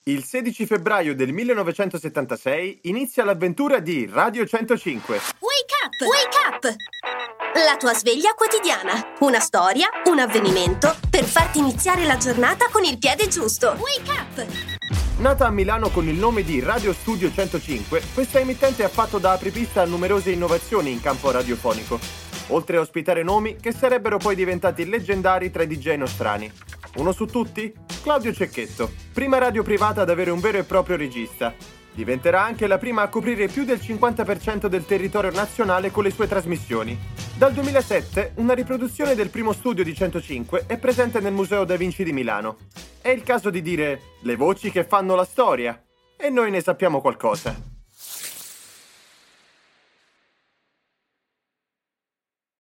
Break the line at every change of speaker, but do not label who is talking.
Il 16 febbraio del 1976 inizia l'avventura di Radio 105.
Wake up! Wake up! La tua sveglia quotidiana. Una storia, un avvenimento per farti iniziare la giornata con il piede giusto. Wake up!
Nata a Milano con il nome di Radio Studio 105, questa emittente ha fatto da apripista a numerose innovazioni in campo radiofonico, oltre a ospitare nomi che sarebbero poi diventati leggendari tra i DJ nostrani. Uno su tutti? Claudio Cecchetto, prima radio privata ad avere un vero e proprio regista. Diventerà anche la prima a coprire più del 50% del territorio nazionale con le sue trasmissioni. Dal 2007 una riproduzione del primo studio di 105 è presente nel Museo Da Vinci di Milano. È il caso di dire le voci che fanno la storia. E noi ne sappiamo qualcosa.